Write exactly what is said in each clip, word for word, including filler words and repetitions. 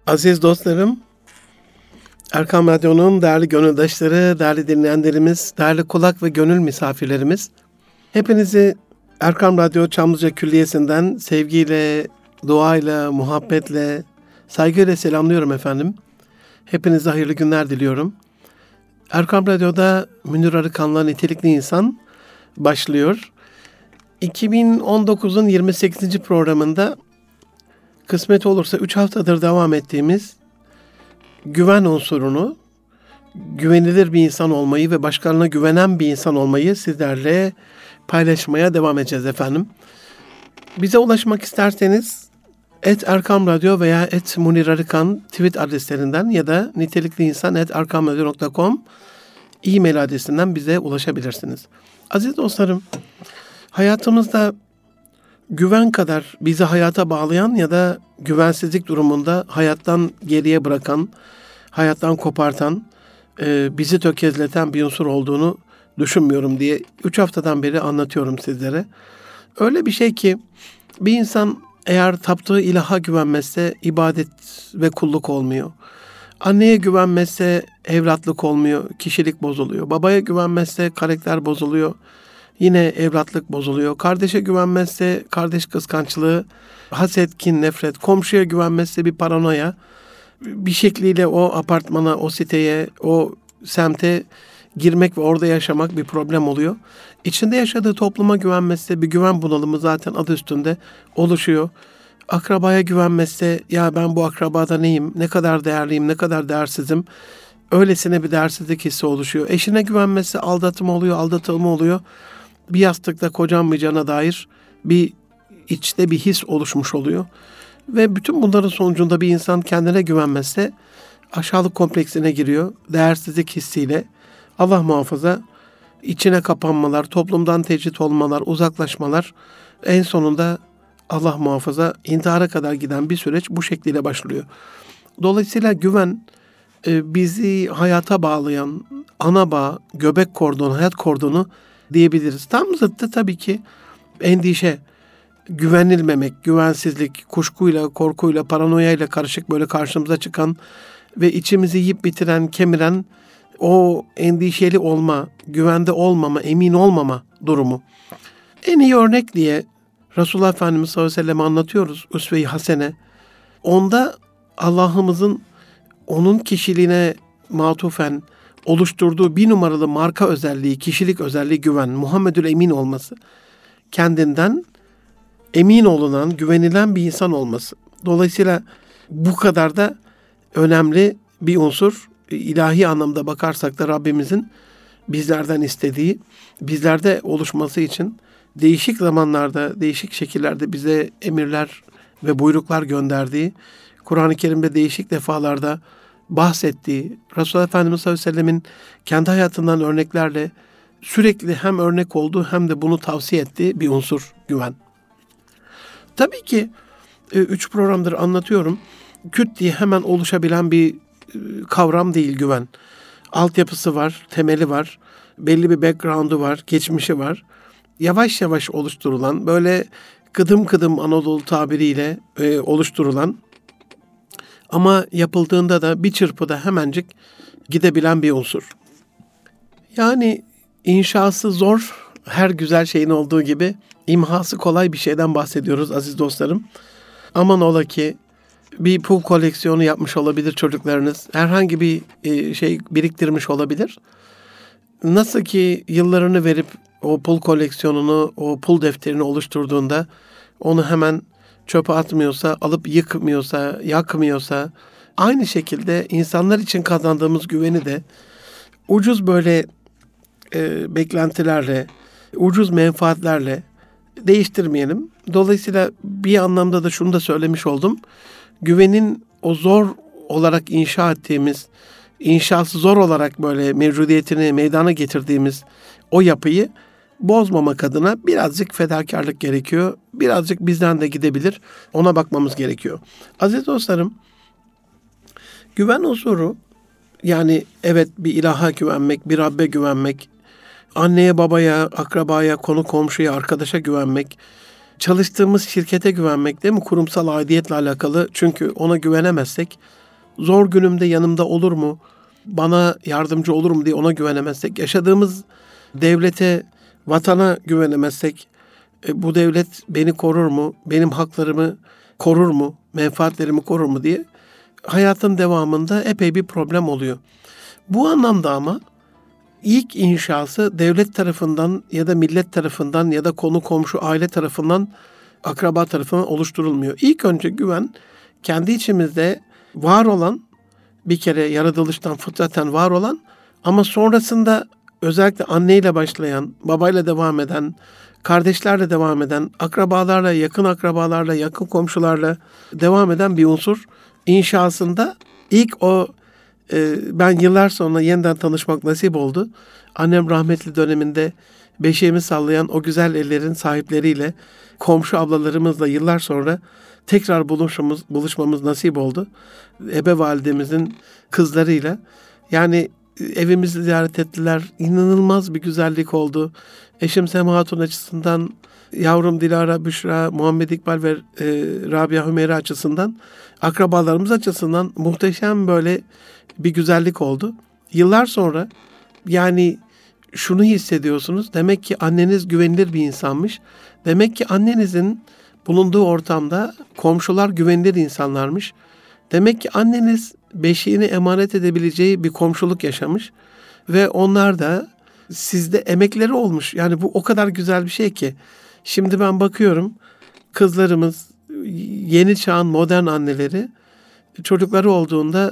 Aziz dostlarım, Erkam Radyo'nun değerli gönüldaşları, değerli dinleyenlerimiz, değerli kulak ve gönül misafirlerimiz, hepinizi Erkam Radyo Çamlıca Külliyesi'nden sevgiyle, duayla, muhabbetle, saygıyla selamlıyorum efendim. Hepinize hayırlı günler diliyorum. Erkam Radyo'da Münir Arıkan'la Nitelikli İnsan başlıyor. iki bin on dokuzun yirmi sekizinci programında kısmet olursa üç haftadır devam ettiğimiz güven unsurunu, güvenilir bir insan olmayı ve başkalarına güvenen bir insan olmayı sizlerle paylaşmaya devam edeceğiz efendim. Bize ulaşmak isterseniz et Erkam Radyo veya et Munir Arıkan tweet adreslerinden ya da nitelikliinsan et erkamradyo nokta com e-mail adresinden bize ulaşabilirsiniz. Aziz dostlarım, hayatımızda güven kadar bizi hayata bağlayan ya da güvensizlik durumunda hayattan geriye bırakan, hayattan kopartan, e, bizi tökezleten bir unsur olduğunu düşünmüyorum diye üç haftadan beri anlatıyorum sizlere. Öyle bir şey ki bir insan eğer taptığı ilaha güvenmezse ibadet ve kulluk olmuyor. Anneye güvenmezse evlatlık olmuyor, kişilik bozuluyor. Babaya güvenmezse karakter bozuluyor. Yine evlatlık bozuluyor. Kardeşe güvenmezse kardeş kıskançlığı, haset, kin, nefret. Komşuya güvenmezse bir paranoya. Bir şekliyle o apartmana, o siteye, o semte girmek ve orada yaşamak bir problem oluyor. İçinde yaşadığı topluma güvenmezse bir güven bunalımı zaten adı üstünde oluşuyor. Akrabaya güvenmezse ya ben bu akrabada neyim, ne kadar değerliyim, ne kadar değersizim. Öylesine bir değersizlik hissi oluşuyor. Eşine güvenmezse aldatma oluyor, aldatılma oluyor. Bir yastıkta kocanmayacağına dair bir içte bir his oluşmuş oluyor. Ve bütün bunların sonucunda bir insan kendine güvenmezse aşağılık kompleksine giriyor. Değersizlik hissiyle Allah muhafaza içine kapanmalar, toplumdan tecrit olmalar, uzaklaşmalar, en sonunda Allah muhafaza intihara kadar giden bir süreç bu şekliyle başlıyor. Dolayısıyla güven bizi hayata bağlayan ana bağ, göbek kordonu, hayat kordonu diyebiliriz. Tam zıttı tabii ki endişe, güvenilmemek, güvensizlik, kuşkuyla, korkuyla, paranoyayla karışık böyle karşımıza çıkan ve içimizi yiyip bitiren, kemiren o endişeli olma, güvende olmama, emin olmama durumu. En iyi örnek diye Resulullah Efendimiz sallallahu aleyhi ve sellem'e anlatıyoruz Üsve-i Hasene. Onda Allah'ımızın onun kişiliğine matufen oluşturduğu bir numaralı marka özelliği, kişilik özelliği güven, Muhammedül Emin olması. Kendinden emin olunan, güvenilen bir insan olması. Dolayısıyla bu kadar da önemli bir unsur. İlahi anlamda bakarsak da Rabbimizin bizlerden istediği, bizlerde oluşması için değişik zamanlarda, değişik şekillerde bize emirler ve buyruklar gönderdiği, Kur'an-ı Kerim'de değişik defalarda bahsettiği, Resulullah Efendimiz sallallahu aleyhi ve sellemin kendi hayatından örneklerle sürekli hem örnek olduğu hem de bunu tavsiye ettiği bir unsur güven. Tabii ki üç programdır anlatıyorum. Küt diye hemen oluşabilen bir kavram değil güven. Altyapısı var, temeli var, belli bir background'u var, geçmişi var. Yavaş yavaş oluşturulan, böyle kıdım kıdım Anadolu tabiriyle e, oluşturulan ama yapıldığında da bir çırpıda hemencik gidebilen bir unsur. Yani inşası zor, her güzel şeyin olduğu gibi imhası kolay bir şeyden bahsediyoruz aziz dostlarım. Aman ola ki bir pul koleksiyonu yapmış olabilir çocuklarınız. Herhangi bir şey biriktirmiş olabilir. Nasıl ki yıllarını verip o pul koleksiyonunu, o pul defterini oluşturduğunda onu hemen çöpe atmıyorsa, alıp yıkmıyorsa, yakmıyorsa, aynı şekilde insanlar için kazandığımız güveni de ucuz böyle e, beklentilerle, ucuz menfaatlerle değiştirmeyelim. Dolayısıyla bir anlamda da şunu da söylemiş oldum. Güvenin o zor olarak inşa ettiğimiz, inşası zor olarak böyle mevcudiyetini meydana getirdiğimiz o yapıyı bozmamak adına birazcık fedakarlık gerekiyor. Birazcık bizden de gidebilir. Ona bakmamız gerekiyor. Aziz dostlarım, güven unsuru, yani evet bir ilaha güvenmek, bir Rabbe güvenmek, anneye, babaya, akrabaya, konu komşuya, arkadaşa güvenmek, Çalıştığımız şirkete güvenmek, değil mi? Kurumsal aidiyetle alakalı. Çünkü ona güvenemezsek, zor günümde yanımda olur mu, bana yardımcı olur mu diye ona güvenemezsek, yaşadığımız devlete, vatana güvenemezsek, e, bu devlet beni korur mu, benim haklarımı korur mu, menfaatlerimi korur mu diye hayatın devamında epey bir problem oluyor. Bu anlamda ama ilk inşası devlet tarafından ya da millet tarafından ya da konu komşu aile tarafından, akraba tarafından oluşturulmuyor. İlk önce güven kendi içimizde var olan, bir kere yaratılıştan fıtraten var olan ama sonrasında özellikle anneyle başlayan, babayla devam eden, kardeşlerle devam eden, akrabalarla, yakın akrabalarla, yakın komşularla devam eden bir unsur inşasında ilk o e, ben yıllar sonra yeniden tanışmak nasip oldu. Annem rahmetli döneminde beşiğimi sallayan o güzel ellerin sahipleriyle, komşu ablalarımızla yıllar sonra tekrar buluşmamız, buluşmamız nasip oldu. Ebe validemizin kızlarıyla. Yani evimizi ziyaret ettiler. İnanılmaz bir güzellik oldu. Eşim Sema Hatun açısından, yavrum Dilara, Büşra, Muhammed İkbal ve e, Rabia Hümeyra açısından, akrabalarımız açısından muhteşem böyle bir güzellik oldu. Yıllar sonra yani şunu hissediyorsunuz. Demek ki anneniz güvenilir bir insanmış. Demek ki annenizin bulunduğu ortamda komşular güvenilir insanlarmış. Demek ki anneniz beşiğini emanet edebileceği bir komşuluk yaşamış. Ve onlar da sizde emekleri olmuş. Yani bu o kadar güzel bir şey ki. Şimdi ben bakıyorum, kızlarımız, yeni çağın modern anneleri, çocukları olduğunda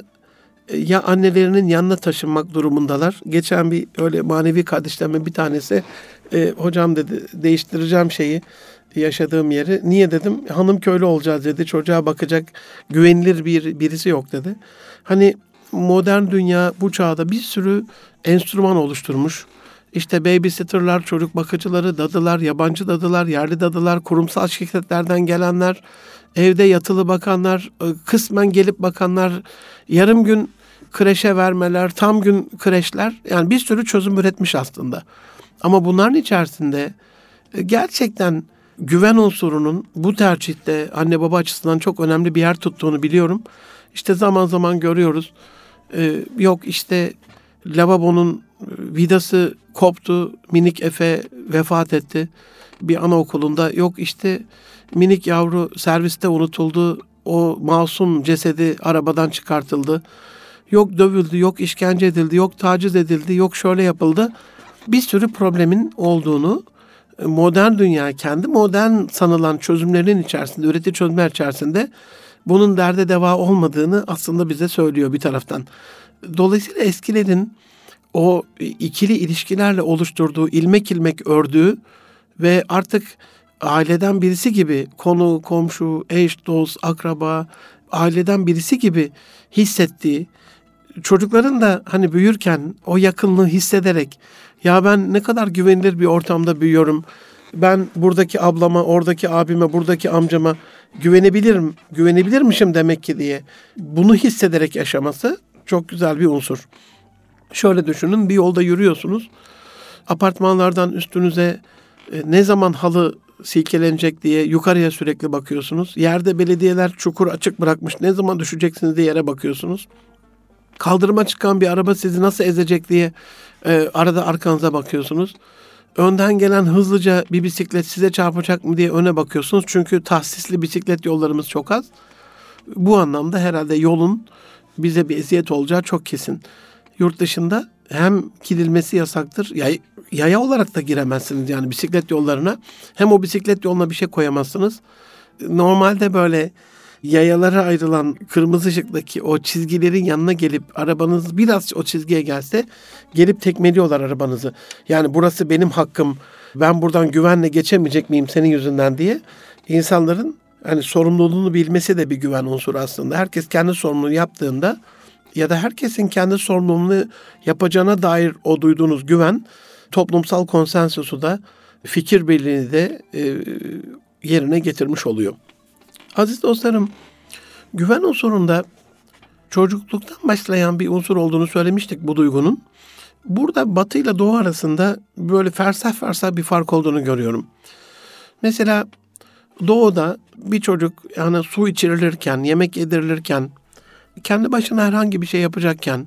ya annelerinin yanına taşınmak durumundalar. Geçen bir öyle manevi kardeşlerimin bir tanesi, e, hocam dedi, değiştireceğim şeyi, yaşadığım yeri. Niye dedim? Hanım köylü olacağız dedi. Çocuğa bakacak güvenilir bir birisi yok dedi. Hani modern dünya bu çağda bir sürü enstrüman oluşturmuş. İşte babysitter'lar, çocuk bakıcıları, dadılar, yabancı dadılar, yerli dadılar, kurumsal şirketlerden gelenler, evde yatılı bakanlar, kısmen gelip bakanlar, yarım gün kreşe vermeler, tam gün kreşler. Yani bir sürü çözüm üretmiş aslında. Ama bunların içerisinde gerçekten güven unsurunun bu tercihte anne baba açısından çok önemli bir yer tuttuğunu biliyorum. İşte zaman zaman görüyoruz. Ee, yok işte lavabonun vidası koptu, minik Efe vefat etti bir anaokulunda. Yok işte minik yavru serviste unutuldu, o masum cesedi arabadan çıkartıldı. Yok dövüldü, yok işkence edildi, yok taciz edildi, yok şöyle yapıldı. Bir sürü problemin olduğunu, modern dünya kendi modern sanılan çözümlerin içerisinde, üretici çözümler içerisinde bunun derde deva olmadığını aslında bize söylüyor bir taraftan. Dolayısıyla eskilerin o ikili ilişkilerle oluşturduğu, ilmek ilmek ördüğü ve artık aileden birisi gibi, konu, komşu, eş, dost, akraba, aileden birisi gibi hissettiği, çocukların da hani büyürken o yakınlığı hissederek, ya ben ne kadar güvenilir bir ortamda büyüyorum, ben buradaki ablama, oradaki abime, buradaki amcama güvenebilirim, güvenebilirmişim demek ki diye bunu hissederek yaşaması çok güzel bir unsur. Şöyle düşünün, bir yolda yürüyorsunuz, apartmanlardan üstünüze e, ne zaman halı silkelenecek diye yukarıya sürekli bakıyorsunuz. Yerde belediyeler çukur açık bırakmış, ne zaman düşeceksiniz diye yere bakıyorsunuz. Kaldırıma çıkan bir araba sizi nasıl ezecek diye e, arada arkanıza bakıyorsunuz. Önden gelen hızlıca bir bisiklet size çarpacak mı diye öne bakıyorsunuz. Çünkü tahsisli bisiklet yollarımız çok az. Bu anlamda herhalde yolun bize bir eziyet olacağı çok kesin. Yurt dışında hem gidilmesi yasaktır, yay, yaya olarak da giremezsiniz yani bisiklet yollarına. Hem o bisiklet yoluna bir şey koyamazsınız. Normalde böyle yayalara ayrılan kırmızı ışıktaki o çizgilerin yanına gelip arabanız biraz o çizgiye gelse gelip tekmeliyorlar arabanızı. Yani burası benim hakkım, ben buradan güvenle geçemeyecek miyim senin yüzünden diye. İnsanların hani sorumluluğunu bilmesi de bir güven unsuru aslında. Herkes kendi sorumluluğunu yaptığında ya da herkesin kendi sorumluluğunu yapacağına dair o duyduğunuz güven toplumsal konsensusu da, fikir birliğini de e, yerine getirmiş oluyor. Aziz dostlarım, güven unsurunda çocukluktan başlayan bir unsur olduğunu söylemiştik bu duygunun. Burada Batı ile Doğu arasında böyle fersah fersah bir fark olduğunu görüyorum. Mesela doğuda bir çocuk yani su içirilirken, yemek yedirilirken, kendi başına herhangi bir şey yapacakken,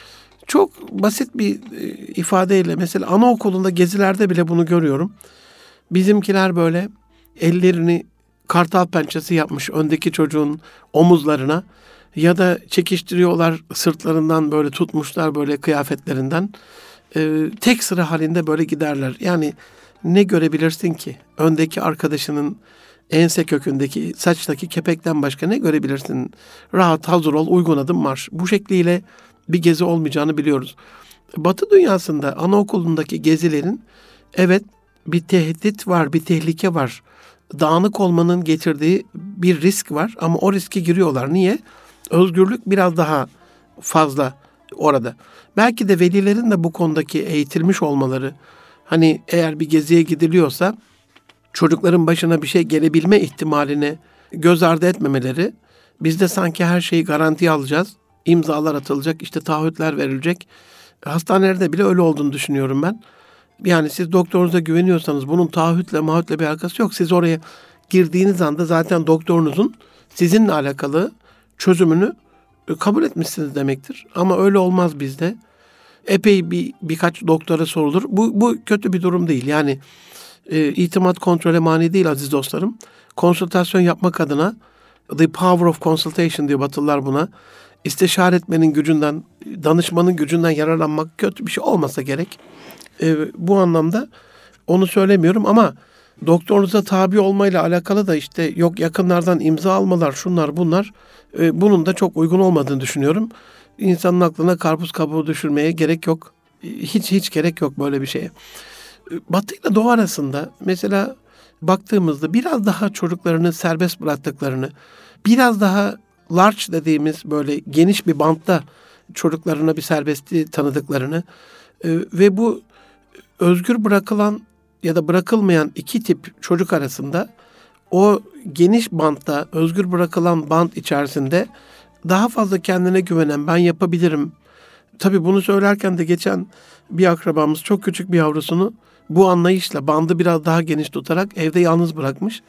çok basit bir e, ifadeyle mesela anaokulunda gezilerde bile bunu görüyorum. Bizimkiler böyle ellerini kartal pençesi yapmış öndeki çocuğun omuzlarına ya da çekiştiriyorlar sırtlarından böyle tutmuşlar böyle kıyafetlerinden. Ee, tek sıra halinde böyle giderler. Yani ne görebilirsin ki? Öndeki arkadaşının ense kökündeki saçtaki kepekten başka ne görebilirsin? Rahat, hazır ol, uygun adım marş. Bu şekliyle bir gezi olmayacağını biliyoruz. Batı dünyasında anaokulundaki gezilerin evet bir tehdit var, bir tehlike var. Dağınık olmanın getirdiği bir risk var ama o riske giriyorlar. Niye? Özgürlük biraz daha fazla orada. Belki de velilerin de bu konudaki eğitilmiş olmaları, hani eğer bir geziye gidiliyorsa çocukların başına bir şey gelebilme ihtimalini göz ardı etmemeleri, biz de sanki her şeyi garantiye alacağız, imzalar atılacak, işte taahhütler verilecek. Hastanelerde bile öyle olduğunu düşünüyorum ben. Yani siz doktorunuza güveniyorsanız bunun taahhütle mahütle bir alakası yok. Siz oraya girdiğiniz anda zaten doktorunuzun sizinle alakalı çözümünü kabul etmişsiniz demektir. Ama öyle olmaz bizde. Epey bir birkaç doktora sorulur. Bu, bu kötü bir durum değil. Yani e, itimat kontrole mani değil aziz dostlarım. Konsültasyon yapmak adına the power of consultation diyor Batılılar buna. İstişare etmenin gücünden, danışmanın gücünden yararlanmak kötü bir şey olmasa gerek. E, bu anlamda onu söylemiyorum ama doktorunuza tabi olmayla alakalı da işte yok yakınlardan imza almalar, şunlar bunlar, e, bunun da çok uygun olmadığını düşünüyorum. İnsanın aklına karpuz kabuğu düşürmeye gerek yok. Hiç hiç gerek yok böyle bir şeye. Batı ile Doğu arasında mesela baktığımızda biraz daha çocuklarını serbest bıraktıklarını, biraz daha large dediğimiz böyle geniş bir bantta çocuklarına bir serbestliği tanıdıklarını e, ve bu özgür bırakılan ya da bırakılmayan iki tip çocuk arasında o geniş bantta, özgür bırakılan bant içerisinde daha fazla kendine güvenen, ben yapabilirim. Tabii bunu söylerken de geçen bir akrabamız çok küçük bir yavrusunu bu anlayışla bandı biraz daha geniş tutarak evde yalnız bırakmış.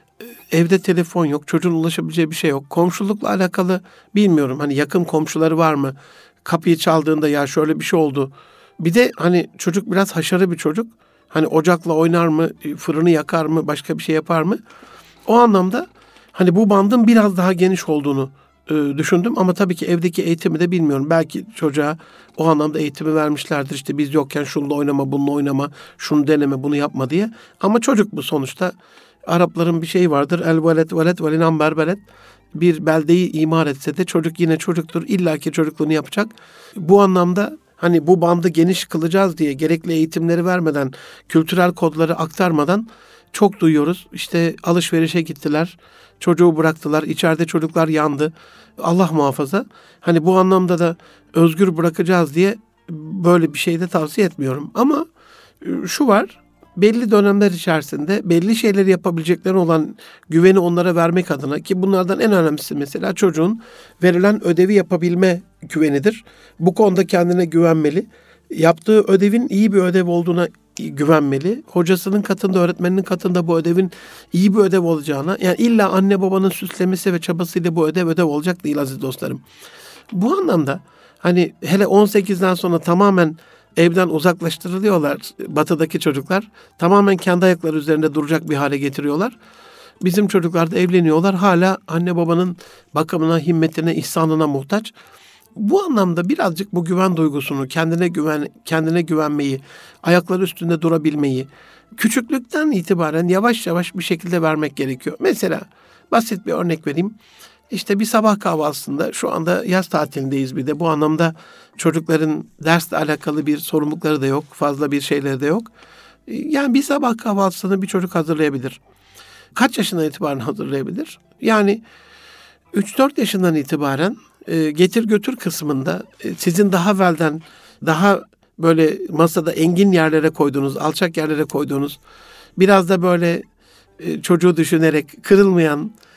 Evde telefon yok, çocuğun ulaşabileceği bir şey yok. Komşulukla alakalı bilmiyorum hani yakın komşuları var mı? Kapıyı çaldığında ya şöyle bir şey oldu. Bir de hani çocuk biraz haşarı bir çocuk. Hani ocakla oynar mı, fırını yakar mı, başka bir şey yapar mı? O anlamda hani bu bandın biraz daha geniş olduğunu e, düşündüm. Ama tabii ki evdeki eğitimi de bilmiyorum. Belki çocuğa o anlamda eğitimi vermişlerdir. İşte biz yokken şununla oynama, bununla oynama, şunu deneme, bunu yapma diye. Ama çocuk bu sonuçta. Arapların bir şeyi vardır. El velet velet velinam berbelet. Bir beldeyi imar etse de çocuk yine çocuktur. İlla ki çocukluğunu yapacak. Bu anlamda hani bu bandı geniş kılacağız diye gerekli eğitimleri vermeden, kültürel kodları aktarmadan çok duyuyoruz. İşte alışverişe gittiler, çocuğu bıraktılar, içeride çocuklar yandı. Allah muhafaza. Hani bu anlamda da özgür bırakacağız diye böyle bir şey de tavsiye etmiyorum. Ama şu var, belli dönemler içerisinde belli şeyleri yapabilecekleri olan güveni onlara vermek adına, ki bunlardan en önemlisi mesela çocuğun verilen ödevi yapabilme güvenidir. Bu konuda kendine güvenmeli. Yaptığı ödevin iyi bir ödev olduğuna güvenmeli. Hocasının katında, öğretmeninin katında bu ödevin iyi bir ödev olacağına, yani illa anne babanın süslemesi ve çabasıyla bu ödev ödev olacak değil aziz dostlarım. Bu anlamda hani hele on sekizden sonra tamamen evden uzaklaştırılıyorlar batıdaki çocuklar. Tamamen kendi ayakları üzerinde duracak bir hale getiriyorlar. Bizim çocuklar da evleniyorlar. Hala anne babanın bakımına, himmetine, ihsanına muhtaç. Bu anlamda birazcık bu güven duygusunu, kendine güven, kendine güvenmeyi, ayakları üstünde durabilmeyi küçüklükten itibaren yavaş yavaş bir şekilde vermek gerekiyor. Mesela basit bir örnek vereyim. İşte bir sabah kahvaltısında, şu anda yaz tatilindeyiz bir de, bu anlamda çocukların dersle alakalı bir sorumlulukları da yok, fazla bir şeyleri de yok. Yani bir sabah kahvaltısını bir çocuk hazırlayabilir. Kaç yaşından itibaren hazırlayabilir? Yani üç dört yaşından itibaren e, getir götür kısmında e, sizin daha evvelden daha böyle masada engin yerlere koyduğunuz, alçak yerlere koyduğunuz, biraz da böyle e, çocuğu düşünerek kırılmayan,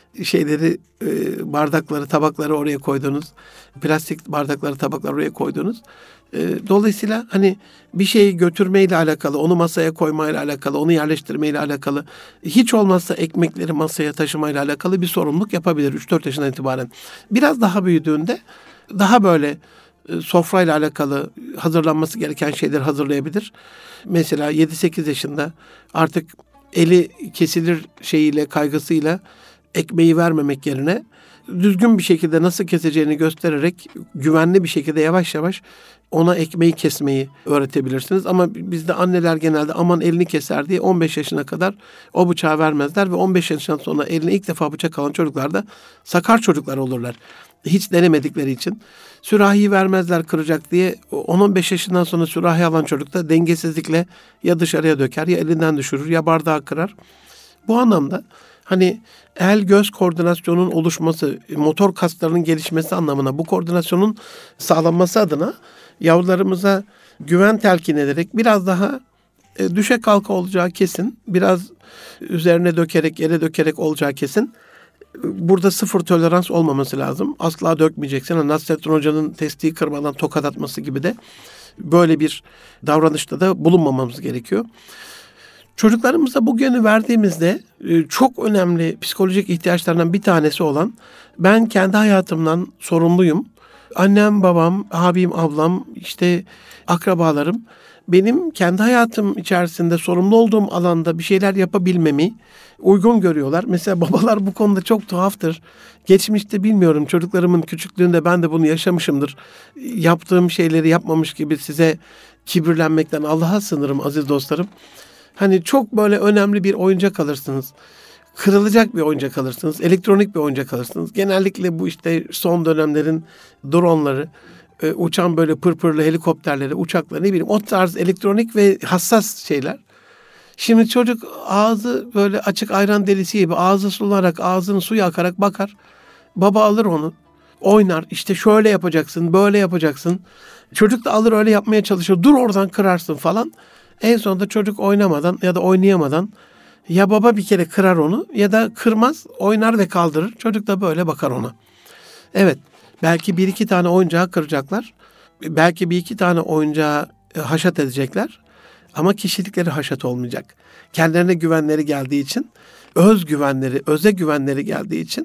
şeyleri, e, bardakları, tabakları oraya koydunuz. Plastik bardakları, tabakları oraya koydunuz. E, dolayısıyla hani bir şeyi götürmeyle alakalı, onu masaya koymayla alakalı, onu yerleştirmeyle alakalı, hiç olmazsa ekmekleri masaya taşımayla alakalı bir sorumluluk yapabilir üç dört yaşından itibaren. Biraz daha büyüdüğünde daha böyle e, sofrayla alakalı hazırlanması gereken şeyleri hazırlayabilir. Mesela yedi sekiz yaşında artık eli kesilir şeyiyle, kaygısıyla ekmeği vermemek yerine düzgün bir şekilde nasıl keseceğini göstererek güvenli bir şekilde yavaş yavaş ona ekmeği kesmeyi öğretebilirsiniz. Ama bizde anneler genelde aman elini keser diye on beş yaşına kadar o bıçağı vermezler ve on beş yaşından sonra eline ilk defa bıçak alan çocuklar da sakar çocuklar olurlar. Hiç denemedikleri için. Sürahiyi vermezler kıracak diye on on beş yaşından sonra sürahi alan çocuk da dengesizlikle ya dışarıya döker ya elinden düşürür ya bardağı kırar. Bu anlamda hani el göz koordinasyonun oluşması, motor kaslarının gelişmesi anlamına bu koordinasyonun sağlanması adına yavrularımıza güven telkin ederek biraz daha e, düşe kalka olacağı kesin, biraz üzerine dökerek, yere dökerek olacağı kesin. Burada sıfır tolerans olmaması lazım. Asla dökmeyeceksin. Yani Nasrettin Hoca'nın testiyi kırmadan tokat atması gibi de böyle bir davranışta da bulunmamamız gerekiyor. Çocuklarımıza bu güveni verdiğimizde çok önemli psikolojik ihtiyaçlarından bir tanesi olan ben kendi hayatımdan sorumluyum. Annem, babam, abim, ablam, işte akrabalarım benim kendi hayatım içerisinde sorumlu olduğum alanda bir şeyler yapabilmemi uygun görüyorlar. Mesela babalar bu konuda çok tuhaftır. Geçmişte bilmiyorum, çocuklarımın küçüklüğünde ben de bunu yaşamışımdır. Yaptığım şeyleri yapmamış gibi size kibirlenmekten Allah'a sığınırım aziz dostlarım. Hani çok böyle önemli bir oyuncak alırsınız. Kırılacak bir oyuncak alırsınız. Elektronik bir oyuncak alırsınız. Genellikle bu işte son dönemlerin dronları, e, uçan böyle pırpırlı helikopterleri, uçakları, ne bileyim o tarz elektronik ve hassas şeyler. Şimdi çocuk ağzı böyle açık ayran delisi gibi ağzı sulanarak, ağzının suyu akarak bakar. Baba alır onu, oynar. İşte şöyle yapacaksın, böyle yapacaksın. Çocuk da alır öyle yapmaya çalışır. Dur oradan kırarsın falan. En sonunda çocuk oynamadan ya da oynayamadan ya baba bir kere kırar onu ya da kırmaz, oynar ve kaldırır. Çocuk da böyle bakar ona. Evet, belki bir iki tane oyuncağı kıracaklar. Belki bir iki tane oyuncağı haşat edecekler. Ama kişilikleri haşat olmayacak. Kendilerine güvenleri geldiği için, öz güvenleri, öze güvenleri geldiği için,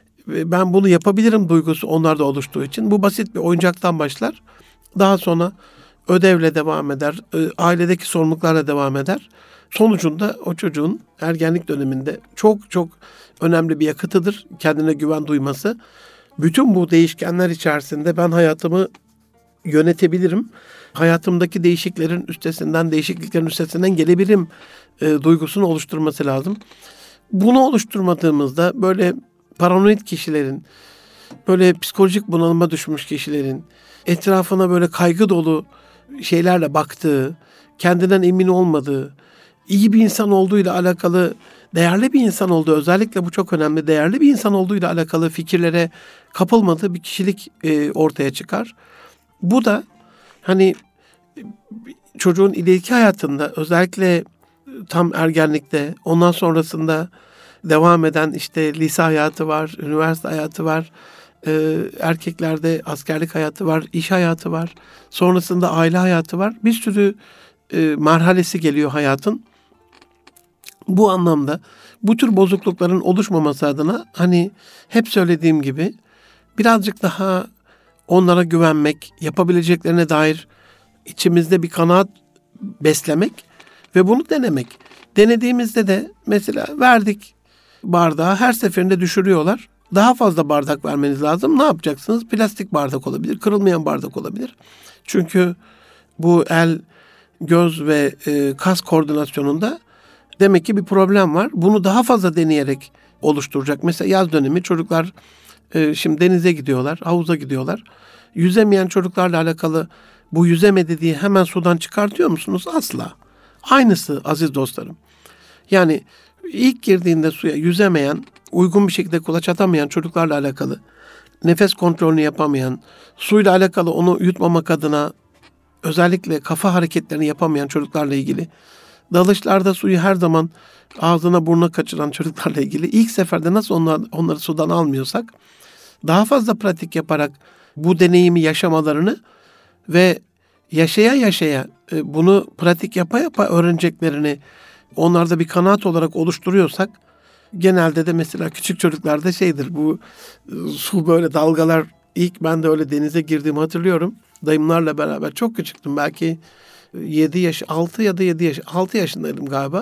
ben bunu yapabilirim duygusu onlarda oluştuğu için bu basit bir oyuncaktan başlar. Daha sonra ödevle devam eder, ailedeki sorumluluklarla devam eder. Sonucunda o çocuğun ergenlik döneminde çok çok önemli bir yakıtıdır kendine güven duyması. Bütün bu değişkenler içerisinde ben hayatımı yönetebilirim. Hayatımdaki değişikliklerin üstesinden, değişikliklerin üstesinden gelebilirim e, duygusunu oluşturması lazım. Bunu oluşturmadığımızda böyle paranoid kişilerin, böyle psikolojik bunalıma düşmüş kişilerin etrafına böyle kaygı dolu şeylerle baktığı, kendinden emin olmadığı, iyi bir insan olduğuyla alakalı, değerli bir insan olduğu, özellikle bu çok önemli, değerli bir insan olduğuyla alakalı fikirlere kapılmadığı bir kişilik e, ortaya çıkar. Bu da hani çocuğun ileriki hayatında, özellikle tam ergenlikte, ondan sonrasında devam eden işte lise hayatı var, üniversite hayatı var, e, erkeklerde askerlik hayatı var, iş hayatı var, sonrasında aile hayatı var. Bir sürü e, marhalesi geliyor hayatın. Bu anlamda bu tür bozuklukların oluşmaması adına hani hep söylediğim gibi birazcık daha onlara güvenmek, yapabileceklerine dair içimizde bir kanaat beslemek ve bunu denemek. Denediğimizde de mesela verdik bardağı, her seferinde düşürüyorlar. Daha fazla bardak vermeniz lazım. Ne yapacaksınız? Plastik bardak olabilir, kırılmayan bardak olabilir. Çünkü bu el, göz ve e, kas koordinasyonunda demek ki bir problem var. Bunu daha fazla deneyerek oluşturacak. Mesela yaz dönemi çocuklar e, şimdi denize gidiyorlar, havuza gidiyorlar. Yüzemeyen çocuklarla alakalı bu yüzemedi diye hemen sudan çıkartıyor musunuz? Asla. Aynısı aziz dostlarım. Yani ilk girdiğinde suya yüzemeyen, uygun bir şekilde kulaç atamayan çocuklarla alakalı, nefes kontrolünü yapamayan, suyla alakalı onu yutmamak adına özellikle kafa hareketlerini yapamayan çocuklarla ilgili dalışlarda suyu her zaman ağzına burnuna kaçıran çocuklarla ilgili ilk seferde nasıl onlar, onları sudan almıyorsak daha fazla pratik yaparak bu deneyimi yaşamalarını ve yaşaya yaşaya bunu pratik yapa yapa öğreneceklerini onlarda bir kanaat olarak oluşturuyorsak, genelde de mesela küçük çocuklarda şeydir bu su böyle dalgalar, ilk ben de öyle denize girdiğimi hatırlıyorum. Dayımlarla beraber çok küçüktüm, belki yedi yaş, altı ya da yedi yaş, altı yaşındaydım galiba.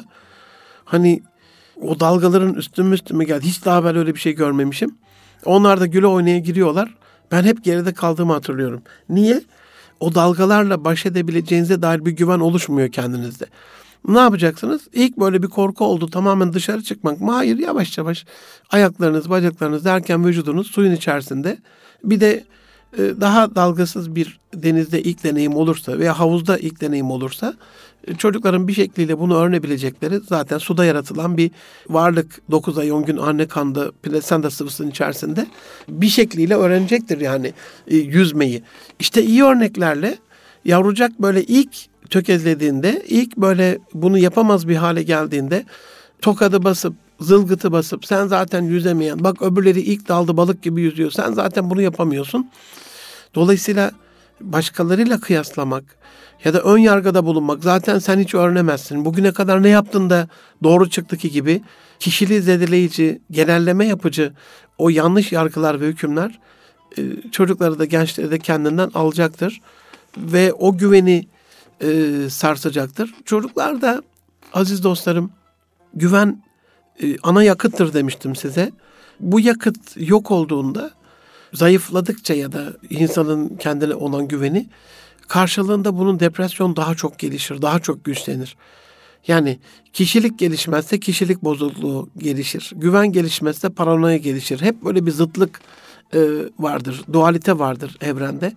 Hani o dalgaların üstüme üstüme geldi. Hiç daha evvel öyle bir şey görmemişim. Onlar da güle oynaya giriyorlar. Ben hep geride kaldığımı hatırlıyorum. Niye? O dalgalarla baş edebileceğinize dair bir güven oluşmuyor kendinizde. Ne yapacaksınız? İlk böyle bir korku oldu, tamamen dışarı çıkmak mı? Hayır, yavaş yavaş ayaklarınız, bacaklarınız derken vücudunuz suyun içerisinde. Bir de daha dalgasız bir denizde ilk deneyim olursa veya havuzda ilk deneyim olursa çocukların bir şekliyle bunu öğrenebilecekleri zaten suda yaratılan bir varlık, dokuz ay on gün anne karnında plasenta sıvısının içerisinde bir şekliyle öğrenecektir yani yüzmeyi. İşte iyi örneklerle yavrucak böyle ilk tökezlediğinde, ilk böyle bunu yapamaz bir hale geldiğinde tokadı basıp, zılgıtı basıp sen zaten yüzemeyen, bak öbürleri ilk daldı balık gibi yüzüyor, sen zaten bunu yapamıyorsun. Dolayısıyla başkalarıyla kıyaslamak ya da ön yargıda bulunmak, zaten sen hiç öğrenemezsin, bugüne kadar ne yaptın da doğru çıktı ki gibi kişiliği zedeleyici, genelleme yapıcı o yanlış yargılar ve hükümler çocukları da gençleri de kendinden alacaktır ve o güveni e, sarsacaktır. Çocuklar da aziz dostlarım, güven e, ana yakıttır demiştim size. Bu yakıt yok olduğunda, zayıfladıkça ya da insanın kendine olan güveni, karşılığında bunun depresyon daha çok gelişir, daha çok güçlenir. Yani kişilik gelişmezse kişilik bozukluğu gelişir. Güven gelişmezse paranoya gelişir. Hep böyle bir zıtlık e, vardır, dualite vardır evrende.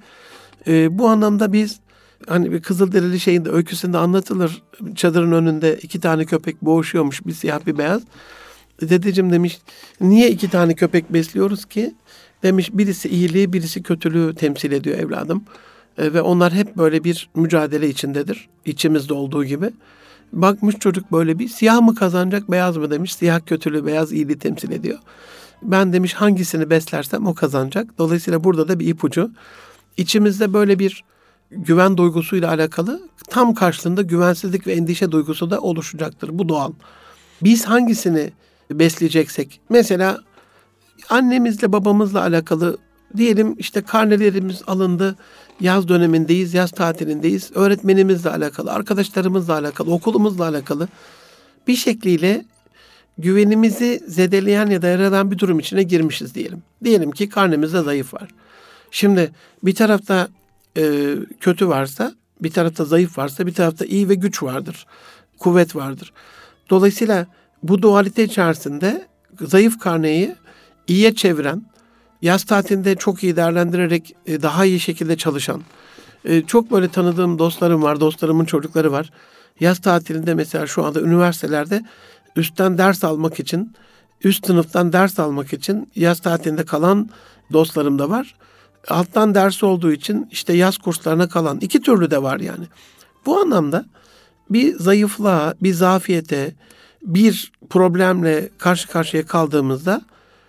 E, bu anlamda biz hani bir Kızılderili şeyinde, öyküsünde anlatılır. Çadırın önünde iki tane köpek boğuşuyormuş, bir siyah bir beyaz. Dedeciğim demiş, niye iki tane köpek besliyoruz ki? Demiş, birisi iyiliği, birisi kötülüğü temsil ediyor evladım. E, ve onlar hep böyle bir mücadele içindedir. İçimizde olduğu gibi. Bakmış çocuk böyle bir, siyah mı kazanacak, beyaz mı demiş. Siyah kötülüğü, beyaz iyiliği temsil ediyor. Ben demiş hangisini beslersem o kazanacak. Dolayısıyla burada da bir ipucu. İçimizde böyle bir güven duygusuyla alakalı tam karşılığında güvensizlik ve endişe duygusu da oluşacaktır. Bu doğal. Biz hangisini besleyeceksek, mesela annemizle babamızla alakalı diyelim, işte karnelerimiz alındı, yaz dönemindeyiz, yaz tatilindeyiz, öğretmenimizle alakalı, arkadaşlarımızla alakalı, okulumuzla alakalı bir şekliyle güvenimizi zedeleyen ya da yaradan bir durum içine girmişiz diyelim. Diyelim ki karnemizde zayıf var. Şimdi bir tarafta e, kötü varsa, bir tarafta zayıf varsa, bir tarafta iyi ve güç vardır, kuvvet vardır. Dolayısıyla bu dualite içerisinde zayıf karneyi iyiye çeviren, yaz tatilinde çok iyi değerlendirerek e, daha iyi şekilde çalışan, e, çok böyle tanıdığım dostlarım var, dostlarımın çocukları var. Yaz tatilinde mesela şu anda üniversitelerde üstten ders almak için, üst sınıftan ders almak için yaz tatilinde kalan dostlarım da var. Alttan ders olduğu için işte yaz kurslarına kalan, iki türlü de var yani. Bu anlamda bir zayıflığa, bir zafiyete, bir problemle karşı karşıya kaldığımızda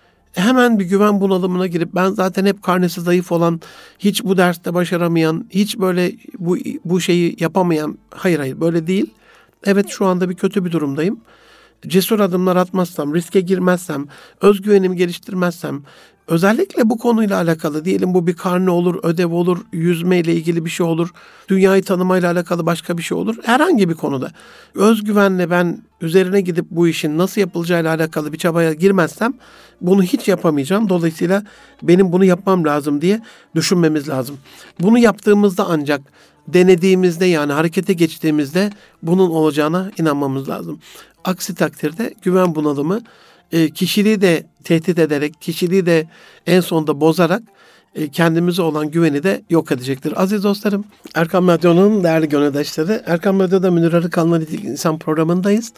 hemen bir güven bunalımına girip ben zaten hep karnesi zayıf olan, hiç bu derste başaramayan, hiç böyle bu bu şeyi yapamayan, hayır hayır böyle değil. Evet, şu anda bir kötü bir durumdayım. Cesur adımlar atmazsam, riske girmezsem, özgüvenimi geliştirmezsem, özellikle bu konuyla alakalı, diyelim bu bir karne olur, ödev olur, yüzmeyle ilgili bir şey olur, dünyayı tanımayla alakalı başka bir şey olur. Herhangi bir konuda özgüvenle ben üzerine gidip bu işin nasıl yapılacağıyla alakalı bir çabaya girmezsem bunu hiç yapamayacağım. Dolayısıyla benim bunu yapmam lazım diye düşünmemiz lazım. Bunu yaptığımızda, ancak denediğimizde, yani harekete geçtiğimizde bunun olacağına inanmamız lazım. Aksi takdirde güven bunalımı e, kişiliği de tehdit ederek, kişiliği de en sonunda bozarak e, kendimize olan güveni de yok edecektir. Aziz dostlarım, Erkam Radyo'nun değerli gönüldaşları, Erkam Radyo'da Münir Arıkan'la İnsan programındayız.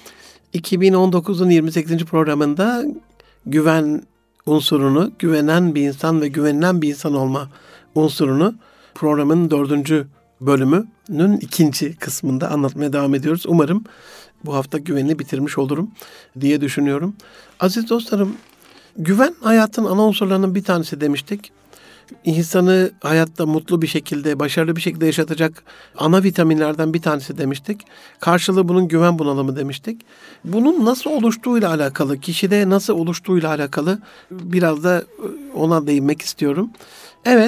iki bin on dokuzun yirmi sekizinci programında güven unsurunu, güvenen bir insan ve güvenilen bir insan olma unsurunu programın dördüncü bölümünün ikinci kısmında anlatmaya devam ediyoruz. Umarım bu hafta güvenli bitirmiş olurum diye düşünüyorum. Aziz dostlarım, güven hayatın ana unsurlarının bir tanesi demiştik. İnsanı hayatta mutlu bir şekilde, başarılı bir şekilde yaşatacak ana vitaminlerden bir tanesi demiştik. Karşılığı bunun güven bunalımı demiştik. Bunun nasıl oluştuğuyla alakalı, kişide nasıl oluştuğuyla alakalı biraz da ona değinmek istiyorum. Evet,